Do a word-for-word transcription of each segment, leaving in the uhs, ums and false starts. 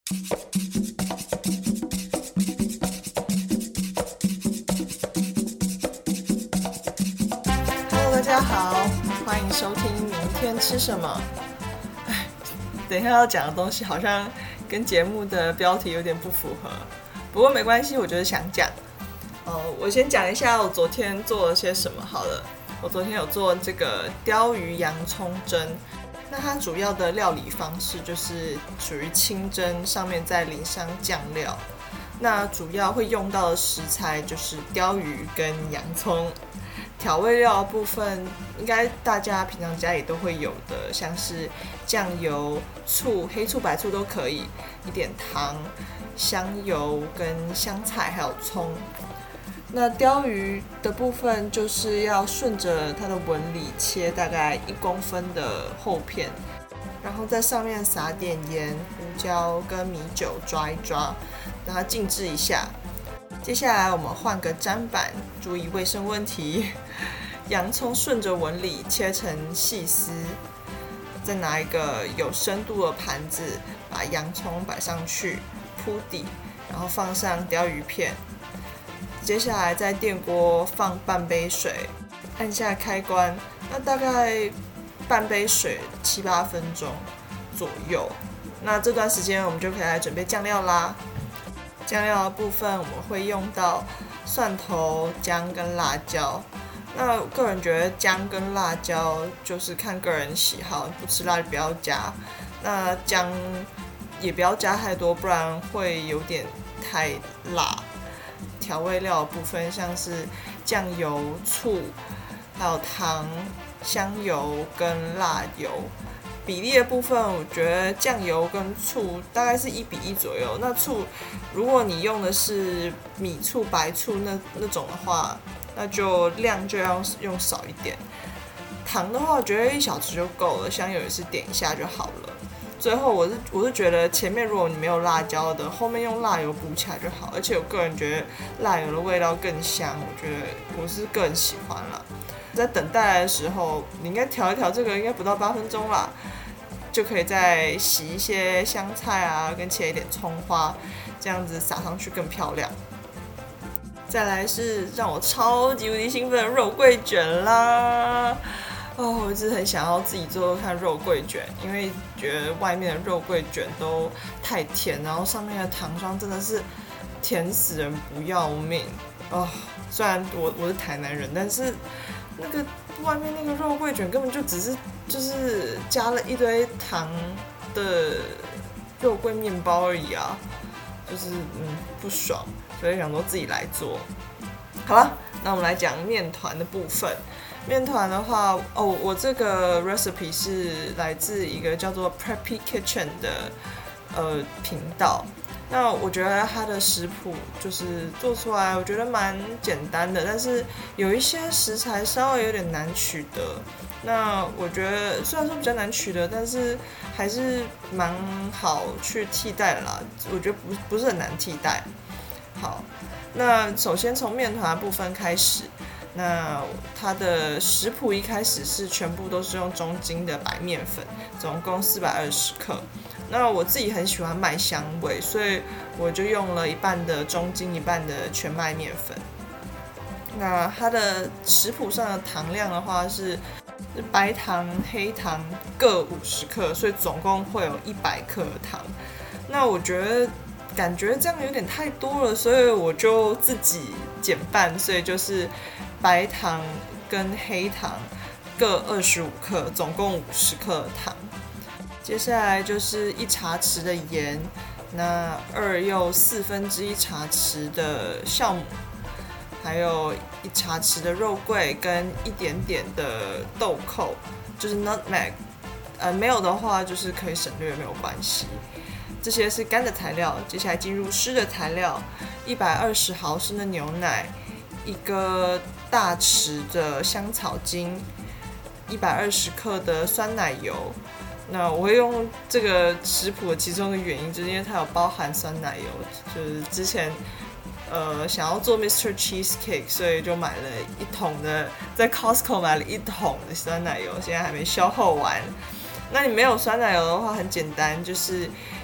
Hello， 大家好，欢迎收听明天吃什么。哎，等一下要讲的东西好像跟节目的标题有点不符合，不过没关系，我就是想讲。呃，我先讲一下我昨天做了些什么好了。我昨天有做这个鲷鱼洋葱蒸，那它主要的料理方式就是属于清蒸，上面再淋上酱料。那主要会用到的食材就是鲷鱼跟洋葱。调味料的部分，应该大家平常家里都会有的，像是酱油、醋、黑醋、白醋都可以，一点糖、香油跟香菜还有葱。那鲷鱼的部分就是要顺着它的纹理切大概一公分的厚片，然后在上面撒点盐、胡椒跟米酒抓一抓，让它静置一下。接下来我们换个砧板，注意卫生问题。洋葱顺着纹理切成细丝，再拿一个有深度的盘子，把洋葱摆上去铺底，然后放上鲷鱼片。接下来在电锅放半杯水，按下开关，那大概半杯水七八分钟左右。那这段时间我们就可以来准备酱料啦。酱料的部分我们会用到蒜头、姜跟辣椒。那我个人觉得姜跟辣椒就是看个人喜好，不吃辣就不要加。那姜也不要加太多，不然会有点太辣。调味料的部分像是酱油、醋，还有糖、香油跟辣油。比例的部分，我觉得酱油跟醋大概是一比一左右。那醋，如果你用的是米醋、白醋那那种的话，那就量就要用少一点。糖的话，我觉得一小匙就够了，香油也是点一下就好了。最后我是我是觉得前面如果你没有辣椒的，后面用辣油补起来就好。而且我个人觉得辣油的味道更香，我觉得我是个人喜欢啦。在等待来的时候，你应该调一调，这个应该不到八分钟啦，就可以再洗一些香菜啊，跟切一点葱花，这样子撒上去更漂亮。再来是让我超级无敌兴奋的肉桂卷啦！哦，我一直很想要自己做做看肉桂卷，因为觉得外面的肉桂卷都太甜，然后上面的糖霜真的是甜死人不要命哦。虽然我我是台南人，但是那个外面那个肉桂卷根本就只是就是加了一堆糖的肉桂面包而已啊，就是嗯不爽，所以想说自己来做。好了，那我们来讲面团的部分。面团的话，哦，我这个 recipe 是来自一个叫做 Preppy Kitchen 的呃频道。那我觉得它的食谱就是做出来，我觉得蛮简单的，但是有一些食材稍微有点难取得。那我觉得虽然说比较难取得，但是还是蛮好去替代的啦。我觉得不不是很难替代。好，那首先从面团的部分开始。那它的食谱一开始是全部都是用中筋的白面粉，总共四百二十克。那我自己很喜欢麦香味，所以我就用了一半的中筋，一半的全麦面粉。那它的食谱上的糖量的话是白糖、黑糖各五十克，所以总共会有一百克的糖。那我觉得感觉这样有点太多了，所以我就自己减半，所以就是白糖跟黑糖各二十五克，总共五十克的糖。接下来就是一茶匙的盐，那二又四分之一茶匙的酵母，还有一茶匙的肉桂跟一点点的豆蔻，就是 nutmeg。呃，没有的话就是可以省略，没有关系。这些是干的材料，接下来进入湿的材料，一百二十毫升的牛奶，一个大匙的香草精，一百二十克的酸奶油。那我会用这个食谱的其中的原因，就是因为它有包含酸奶油，就是之前呃想要做 Mister Cheesecake， 所以就买了一桶的，在 Costco 买了一桶的酸奶油，现在还没消耗完。那你没有酸奶油的话，很简单，就是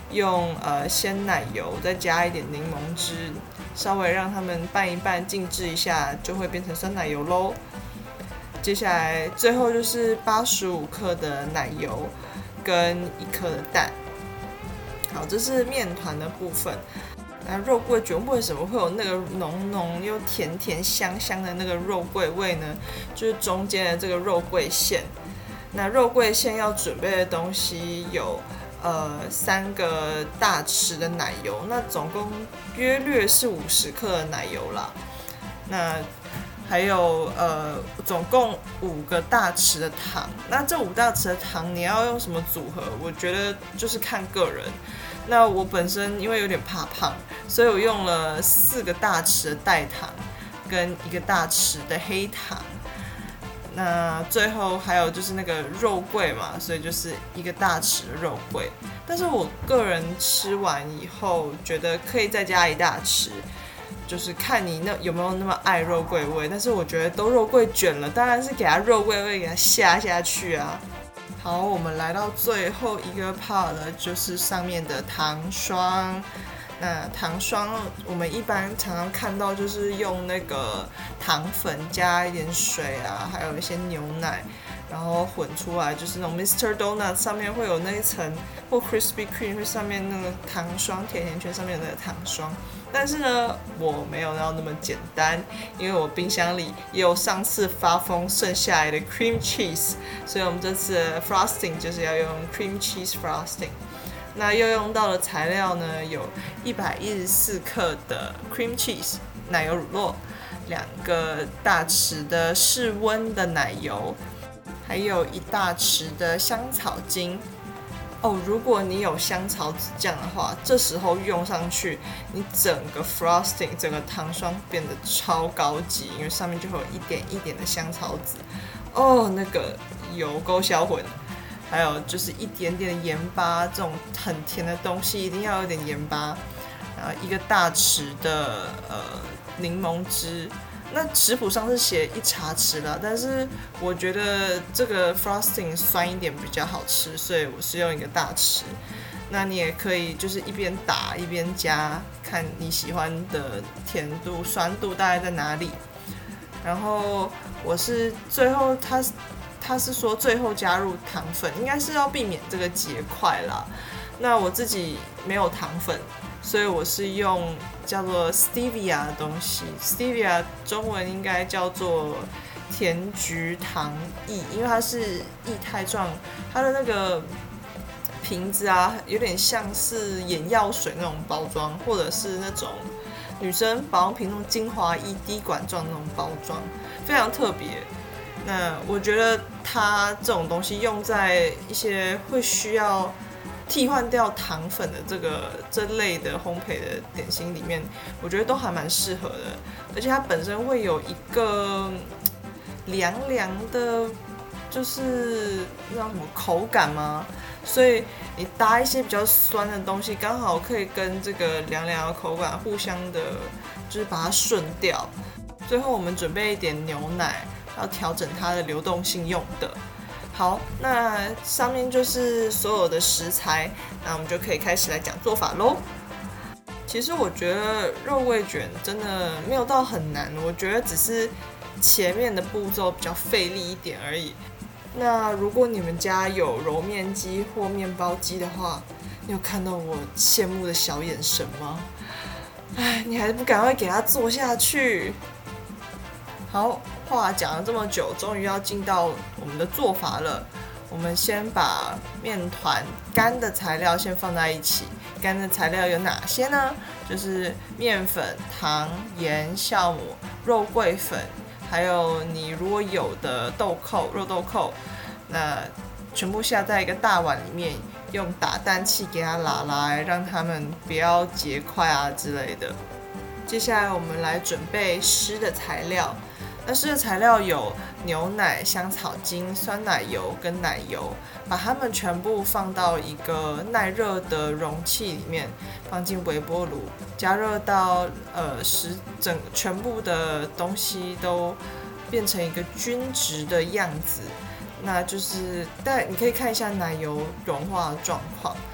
用呃鲜奶油，再加一点柠檬汁，稍微让它们拌一拌，静置一下，就会变成酸奶油咯。接下来最后就是八十五克的奶油跟一颗的蛋。好，这是面团的部分。那肉桂卷为什么会有那个浓浓又甜甜香香的那个肉桂味呢？就是中间的这个肉桂馅。那肉桂馅要准备的东西有呃三个大匙的奶油，那总共约略是五十克的奶油啦。那还有呃总共五个大匙的糖。那这五大匙的糖你要用什么组合？我觉得就是看个人。那我本身因为有点怕胖，所以我用了四个大匙的代糖跟一个大匙的黑糖。那最后还有就是那个肉桂嘛，所以就是一个大匙的肉桂。但是我个人吃完以后觉得可以再加一大匙，就是看你那有没有那么爱肉桂味。但是我觉得都肉桂卷了，当然是给它肉桂味给它下下去啊。好，我们来到最后一个 part 了，就是上面的糖霜。那糖霜我们一般常常看到就是用那个糖粉加一点水啊，还有一些牛奶，然后混出来，就是那种 Mister Donut 上面会有那一层，或 Krispy Kreme 会上面那个糖霜，甜甜圈上面有那个糖霜。但是呢，我没有要那么简单，因为我冰箱里也有上次发疯剩下来的 cream cheese， 所以我们这次的 frosting 就是要用 cream cheese frosting。那又用到的材料呢，有一百一十四克的 cream cheese 奶油乳酪，两个大匙的室温的奶油，还有一大匙的香草精。哦，如果你有香草籽酱的话，这时候用上去，你整个 frosting 整个糖霜变得超高级，因为上面就会有一点一点的香草籽。哦，那个有够销魂。还有就是一点点的盐巴，这种很甜的东西一定要有点盐巴。然后一个大匙的呃柠檬汁。那食谱上是写一茶匙啦，但是我觉得这个 frosting 酸一点比较好吃，所以我是用一个大匙。那你也可以就是一边打一边加，看你喜欢的甜度、酸度大概在哪里。然后我是最后他他是说最后加入糖粉，应该是要避免这个结块啦。那我自己没有糖粉，所以我是用叫做 stevia 的东西。stevia 中文应该叫做甜菊糖液，因为它是液态状，它的那个瓶子啊，有点像是眼药水那种包装，或者是那种女生保养品那种精华液滴管状那种包装，非常特别。那我觉得它这种东西用在一些会需要替换掉糖粉的这个这类的烘焙的点心里面，我觉得都还蛮适合的。而且它本身会有一个凉凉的，就是那种什么口感吗？所以你搭一些比较酸的东西，刚好可以跟这个凉凉的口感互相的，就是把它顺掉。最后我们准备一点牛奶，要调整它的流动性用的。好，那上面就是所有的食材，那我们就可以开始来讲做法咯。其实我觉得肉桂卷真的没有到很难，我觉得只是前面的步骤比较费力一点而已。那如果你们家有揉面机或面包机的话，你有看到我羡慕的小眼神吗？哎，你还不赶快给它做下去？好，话讲了这么久，终于要进到我们的做法了。我们先把面团干的材料先放在一起。干的材料有哪些呢？就是面粉、糖、盐、酵母、肉桂粉，还有你如果有的豆蔻、肉豆蔻，那全部下在一个大碗里面，用打蛋器给它拉来，让它们不要结块啊之类的。接下来我们来准备湿的材料。那湿的材料有牛奶、香草精、酸奶油跟奶油，把它们全部放到一个耐热的容器里面，放进微波炉，加热到呃使整全部的东西都变成一个均质的样子。那就是大你可以看一下奶油融化的状况。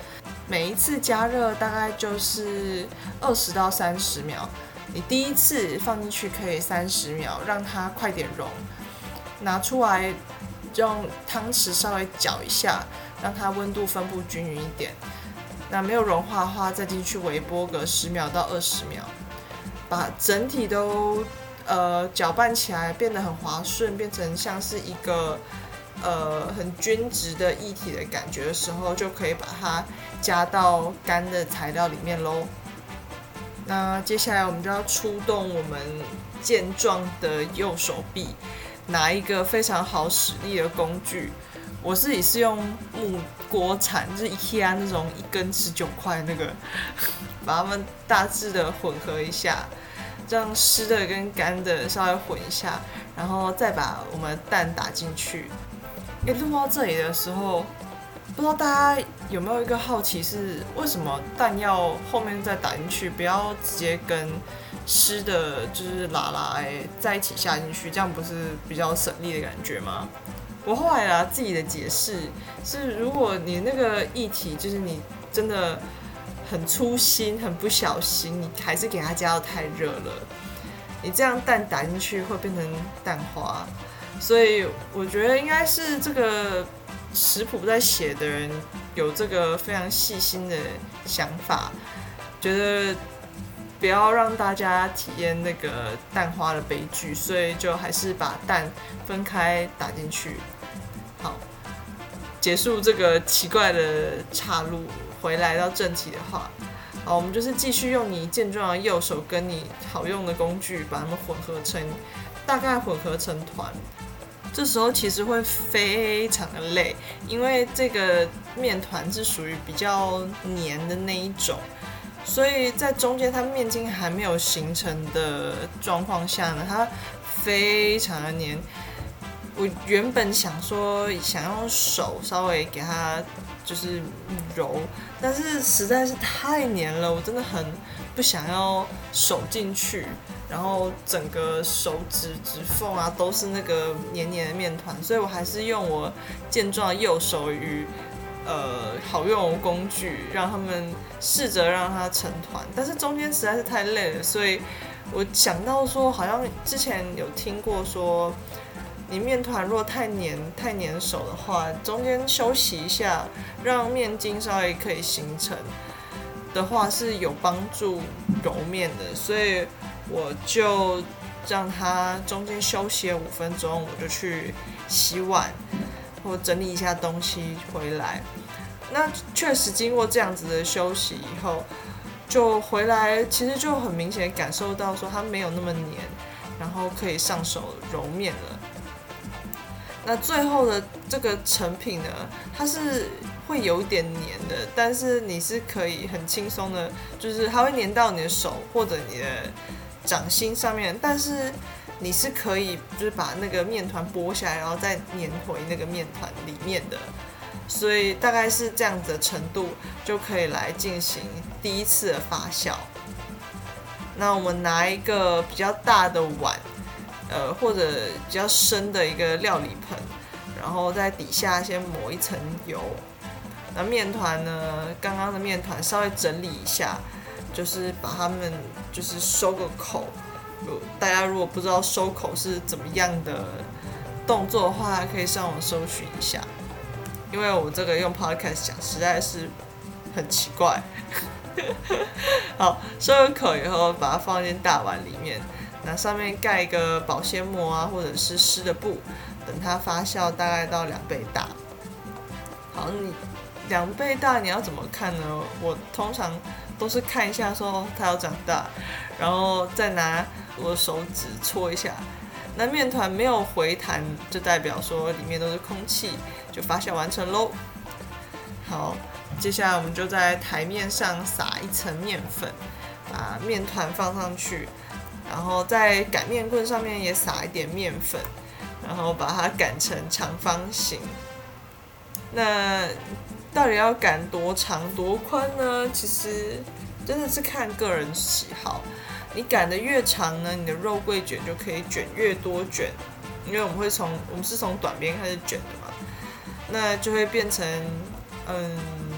每一次加热大概就是二十到三十秒。你第一次放进去可以三十秒，让它快点融，拿出来用汤匙稍微搅一下，让它温度分布均匀一点。那没有融化的话，再进去微波个十秒到二十秒，把整体都呃搅拌起来，变得很滑顺，变成像是一个呃很均质的液体的感觉的时候，就可以把它加到干的材料里面咯。那接下来我们就要出动我们健壮的右手臂，拿一个非常好使力的工具。我自己是用木锅铲，就是 IKEA 那种一根十九块那个，把它们大致的混合一下，让湿的跟干的稍微混一下，然后再把我们的蛋打进去。诶，录到这里的时候，不知道大家有没有一个好奇是，为什么蛋要后面再打进去，不要直接跟湿的，就是拉拉在一起下进去，这样不是比较省力的感觉吗？我后来啊自己的解释是，如果你那个液体就是你真的很粗心、很不小心，你还是给它加到太热了，你这样蛋打进去会变成蛋花。所以我觉得应该是这个食谱在写的人有这个非常细心的想法，觉得不要让大家体验那个蛋花的悲剧，所以就还是把蛋分开打进去。好，结束这个奇怪的岔路，回来到正题的话，好，我们就是继续用你健壮的右手跟你好用的工具，把它们混合成大概混合成团。这时候其实会非常的累，因为这个面团是属于比较黏的那一种，所以在中间它面筋还没有形成的状况下呢，它非常的黏。我原本想说想用手稍微给它就是揉，但是实在是太黏了，我真的很不想要手进去，然后整个手指指缝啊都是那个黏黏的面团，所以我还是用我健壮的右手与呃好用的工具，让他们试着让它成团，但是中间实在是太累了，所以我想到说，好像之前有听过说，你面团如果太黏太黏手的话，中间休息一下，让面筋稍微可以形成的话，是有帮助揉面的。所以我就让它中间休息了五分钟，我就去洗碗或整理一下东西回来。那确实经过这样子的休息以后，就回来其实就很明显感受到说它没有那么黏，然后可以上手揉面了。那最后的这个成品呢，它是会有点黏的，但是你是可以很轻松的，就是它会黏到你的手或者你的掌心上面，但是你是可以就是把那个面团剥下来，然后再粘回那个面团里面的，所以大概是这样子的程度就可以来进行第一次的发酵。那我们拿一个比较大的碗。呃，或者比较深的一个料理盆，然后在底下先抹一层油。那面团呢，刚刚的面团稍微整理一下，就是把它们就是收个口。大家如果不知道收口是怎么样的动作的话，可以上网搜寻一下。因为我这个用 podcast 讲实在是很奇怪。好，收个口以后，把它放进大碗里面。那上面盖一个保鲜膜啊，或者是湿的布，等它发酵大概到两倍大。好，你两倍大你要怎么看呢？我通常都是看一下说它要长大，然后再拿我的手指搓一下。那面团没有回弹，就代表说里面都是空气，就发酵完成咯。好，接下来我们就在台面上撒一层面粉，把面团放上去。然后在擀面棍上面也撒一点面粉，然后把它擀成长方形。那到底要擀多长多宽呢？其实真的是看个人喜好。你擀得越长呢，你的肉桂卷就可以卷越多卷，因为我们会从我们是从短边开始卷的嘛，那就会变成嗯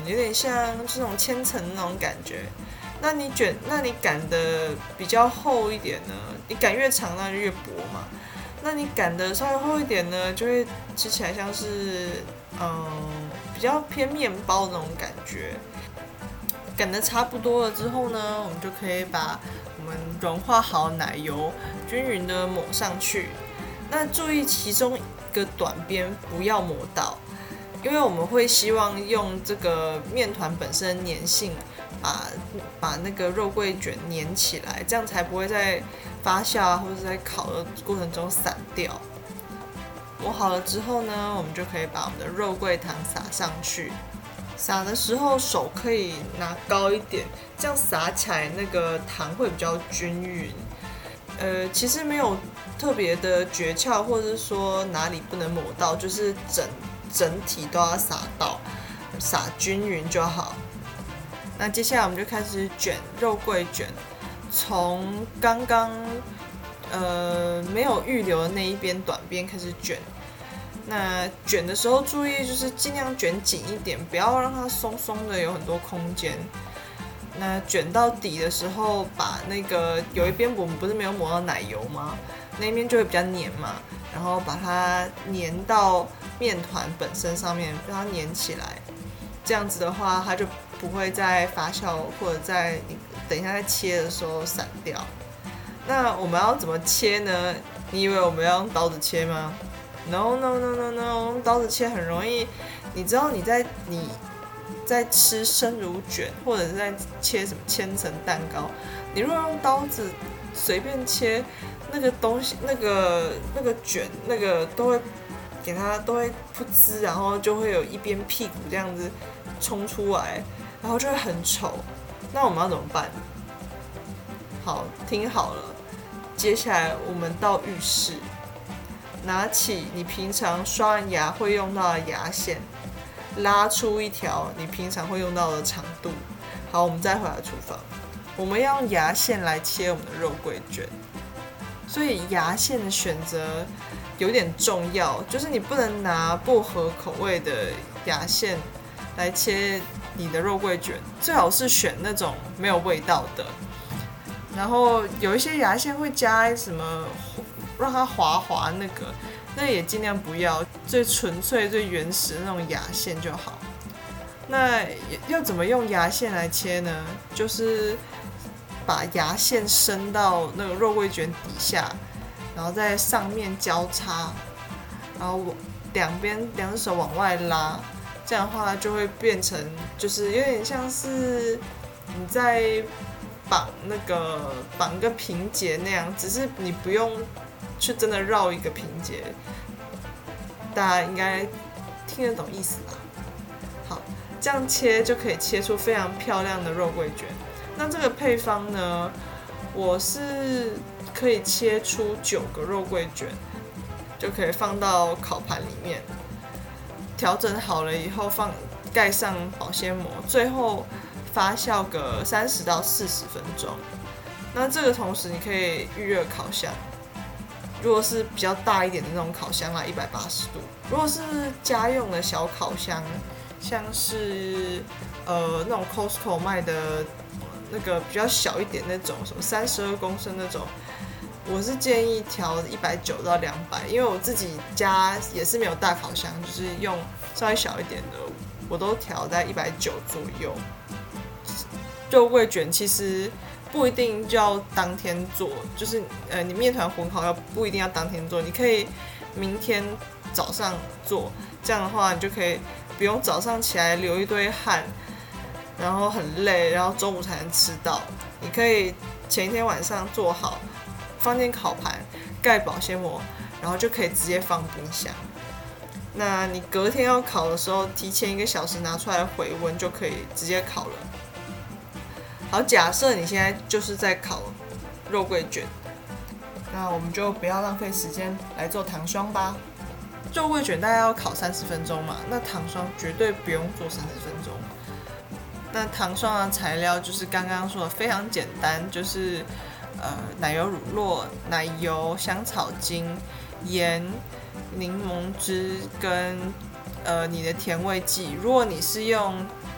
有点像这种千层那种感觉。那你卷，那你擀的比较厚一点呢？你擀越长，那就越薄嘛。那你擀的稍微厚一点呢，就会吃起来像是嗯比较偏面包那种感觉。擀的差不多了之后呢，我们就可以把我们融化好奶油均匀的抹上去。那注意其中一个短边不要磨到，因为我们会希望用这个面团本身的粘性把把那个肉桂卷粘起来，这样才不会在发酵啊或者在烤的过程中散掉。磨好了之后呢，我们就可以把我们的肉桂糖撒上去。撒的时候手可以拿高一点，这样撒起来那个糖会比较均匀。呃，其实没有特别的诀窍，或者是说哪里不能抹到，就是整整体都要撒到，撒均匀就好。那接下来我们就开始卷肉桂卷，从刚刚呃没有预留的那一边短边开始卷。那卷的时候注意，就是尽量卷紧一点，不要让它松松的有很多空间。那卷到底的时候，把那个有一边我们不是没有抹到奶油吗？那一边就会比较黏嘛，然后把它粘到面团本身上面，让它粘起来。这样子的话，它就不会在发酵或者在你等一下在切的时候散掉。那我们要怎么切呢？你以为我们要用刀子切吗？ No no no no no， 刀子切很容易。你知道你在你在吃生乳卷，或者是在切什么千层蛋糕，你如果用刀子随便切，那个东西那个那个卷那个都会给它都会噗呲，然后就会有一边屁股这样子冲出来，然后就会很丑。那我们要怎么办？好，听好了，接下来我们到浴室。拿起你平常刷完牙会用到的牙线，拉出一条你平常会用到的长度。好，我们再回来厨房，我们要用牙线来切我们的肉桂卷，所以牙线的选择有点重要，就是你不能拿薄荷口味的牙线来切你的肉桂卷，最好是选那种没有味道的。然后有一些牙线会加什么让它滑滑，那个那也尽量不要，最纯粹最原始的那种牙线就好。那要怎么用牙线来切呢？就是把牙线伸到那个肉桂卷底下，然后在上面交叉，然后两边两只手往外拉，这样的话就会变成就是有点像是你在绑那个绑个平结那样，只是你不用去真的绕一个平结，大家应该听得懂意思吧？好，这样切就可以切出非常漂亮的肉桂卷。那这个配方呢，我是可以切出九个肉桂卷，就可以放到烤盘里面。调整好了以后放盖上保鲜膜，最后发酵个三十到四十分钟。那这个同时你可以预热烤箱，如果是比较大一点的那种烤箱啦，一百八十度。如果是家用的小烤箱，像是呃那种 Costco 卖的那个比较小一点那种，什么三十二公升那种，我是建议调一百九到两百，因为我自己家也是没有大烤箱，就是用稍微小一点的，我都调在一百九左右。肉桂卷其实不一定就要当天做，就是呃你面团混好要不一定要当天做，你可以明天早上做，这样的话你就可以不用早上起来流一堆汗，然后很累，然后中午才能吃到。你可以前一天晚上做好，放进烤盘，盖保鲜膜，然后就可以直接放冰箱。那你隔天要烤的时候，提前一个小时拿出来回温就可以直接烤了。好，假设你现在就是在烤肉桂卷，那我们就不要浪费时间来做糖霜吧。肉桂卷大概要烤三十分钟嘛，那糖霜绝对不用做三十分钟。那糖霜的材料就是刚刚说的非常简单，就是呃奶油乳酪、奶油、香草精、盐、柠檬汁跟呃你的甜味剂。如果你是用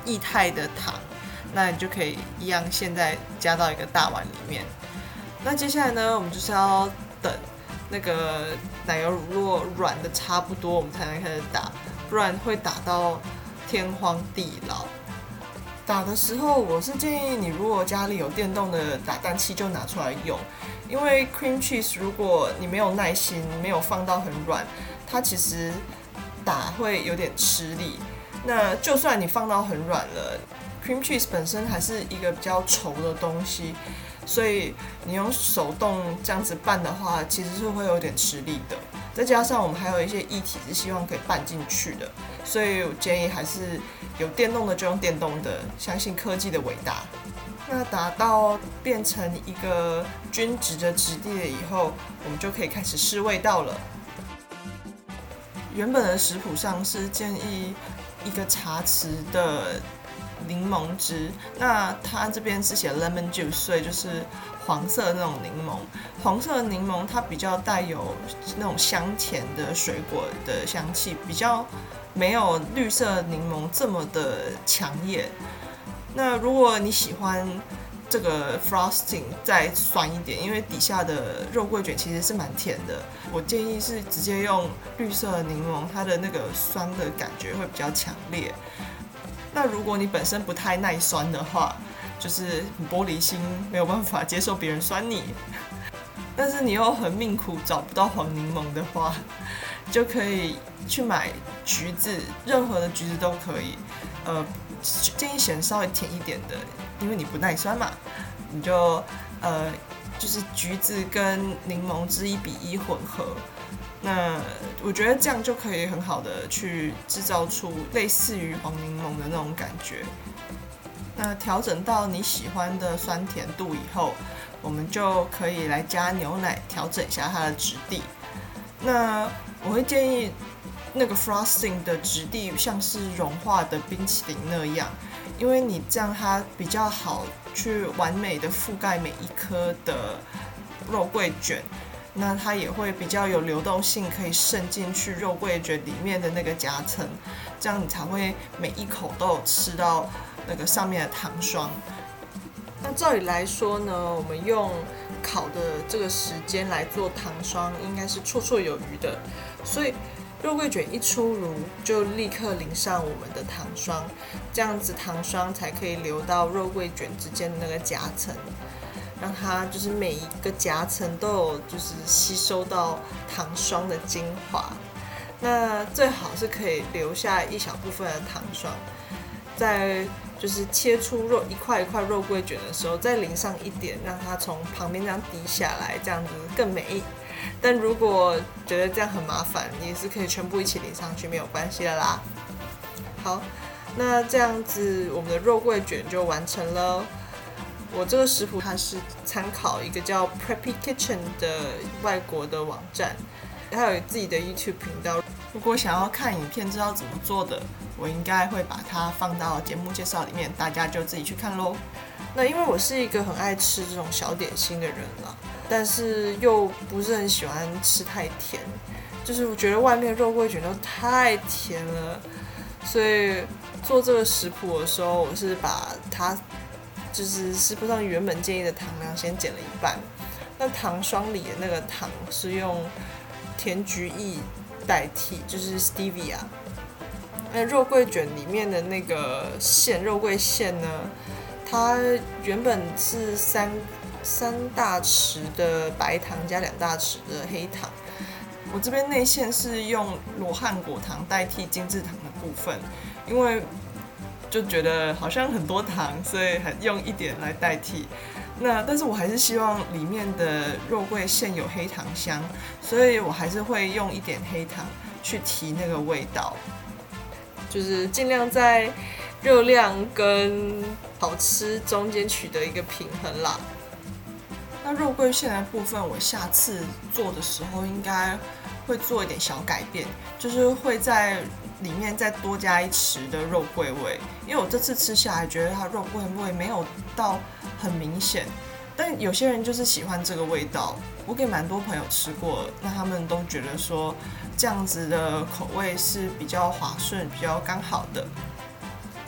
液态的糖，那你就可以一样现在加到一个大碗里面。那接下来呢，我们就是要等那个奶油乳酪软的差不多，我们才能开始打，不然会打到天荒地老。打的时候，我是建议你，如果家里有电动的打蛋器，就拿出来用，因为 cream cheese 如果你没有耐心，没有放到很软，它其实打会有点吃力。那就算你放到很软了， cream cheese 本身还是一个比较稠的东西，所以你用手动这样子拌的话，其实是会有点吃力的。再加上我们还有一些液体是希望可以拌进去的，所以我建议还是有电动的就用电动的，相信科技的伟大。那打到变成一个均质的质地了以后，我们就可以开始试味道了。原本的食谱上是建议一个茶匙的柠檬汁，那它这边是写 lemon juice， 所以就是黄色的那种柠檬。黄色的柠檬它比较带有那种香甜的水果的香气，比较没有绿色柠檬这么的强烈。那如果你喜欢这个 frosting 再酸一点，因为底下的肉桂卷其实是蛮甜的，我建议是直接用绿色的柠檬，它的那个酸的感觉会比较强烈。那如果你本身不太耐酸的话，就是很玻璃心，没有办法接受别人酸你，但是你又很命苦找不到黄柠檬的话，就可以去买橘子，任何的橘子都可以。呃，建议选稍微甜一点的，因为你不耐酸嘛，你就呃就是橘子跟柠檬汁一比一混合。那我觉得这样就可以很好的去制造出类似于黄柠檬的那种感觉。那调整到你喜欢的酸甜度以后，我们就可以来加牛奶调整一下它的质地。那我会建议那个 frosting 的质地像是融化的冰淇淋那样，因为你这样它比较好去完美的覆盖每一颗的肉桂卷。那它也会比较有流动性，可以渗进去肉桂卷里面的那个夹层，这样你才会每一口都有吃到那个上面的糖霜。那照理来说呢，我们用烤的这个时间来做糖霜，应该是绰绰有余的。所以肉桂卷一出炉，就立刻淋上我们的糖霜，这样子糖霜才可以流到肉桂卷之间的那个夹层。让它就是每一个夹层都有就是吸收到糖霜的精华，那最好是可以留下一小部分的糖霜，在就是切出肉一块一块肉桂卷的时候，再淋上一点，让它从旁边这样滴下来，这样子更美。但如果觉得这样很麻烦，你也是可以全部一起淋上去，没有关系的啦。好，那这样子我们的肉桂卷就完成了。我这个食谱它是参考一个叫 Preppy Kitchen 的外国的网站，它有自己的 YouTube 频道。如果想要看影片知道怎么做的，我应该会把它放到节目介绍里面，大家就自己去看咯。那因为我是一个很爱吃这种小点心的人啦，但是又不是很喜欢吃太甜，就是我觉得外面肉桂卷都太甜了，所以做这个食谱的时候，我是把它就是食谱上原本建议的糖量先减了一半。那糖霜里的那个糖是用甜菊液代替，就是 stevia。那肉桂卷里面的那个馅，肉桂馅呢，它原本是三三大匙的白糖加两大匙的黑糖。我这边内馅是用罗汉果糖代替精制糖的部分，因为就觉得好像很多糖，所以还用一点来代替。那但是我还是希望里面的肉桂馅有黑糖香，所以我还是会用一点黑糖去提那个味道，就是尽量在热量跟好吃中间取得一个平衡啦。那肉桂馅的部分，我下次做的时候应该会做一点小改变，就是会在里面再多加一匙的肉桂味，因为我这次吃下来觉得它肉桂味没有到很明显，但有些人就是喜欢这个味道，我给蛮多朋友吃过，那他们都觉得说这样子的口味是比较滑顺、比较刚好的。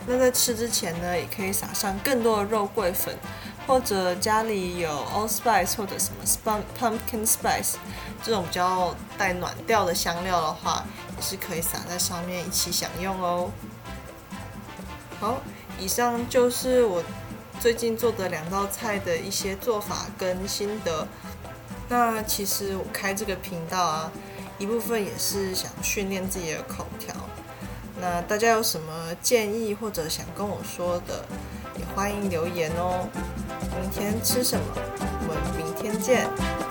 那在吃之前呢，也可以撒上更多的肉桂粉，或者家里有 allspice 或者什么 pumpkin spice 这种比较带暖调的香料的话，也是可以撒在上面一起享用哦。好，以上就是我最近做的两道菜的一些做法跟心得。那其实我开这个频道啊，一部分也是想训练自己的口条。那大家有什么建议或者想跟我说的，也欢迎留言哦。明天吃什么？我们明天见。